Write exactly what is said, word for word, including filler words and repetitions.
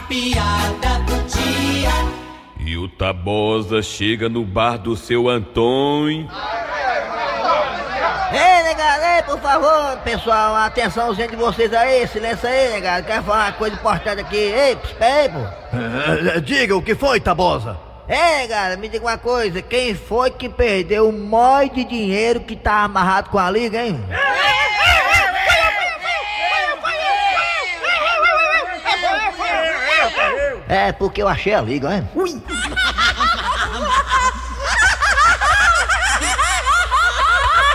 piada do dia. E o Tabosa chega no bar do seu Antônio. Ei, negado, por favor, pessoal, atençãozinha de vocês aí, silêncio aí, negado, quero falar uma coisa importante aqui. Ei, espera aí, pô. É, diga, o que foi, Tabosa? Ei, negado, me diga uma coisa, quem foi que perdeu o mói de dinheiro que tá amarrado com a liga, hein? É, porque eu achei a liga, hein? Ui!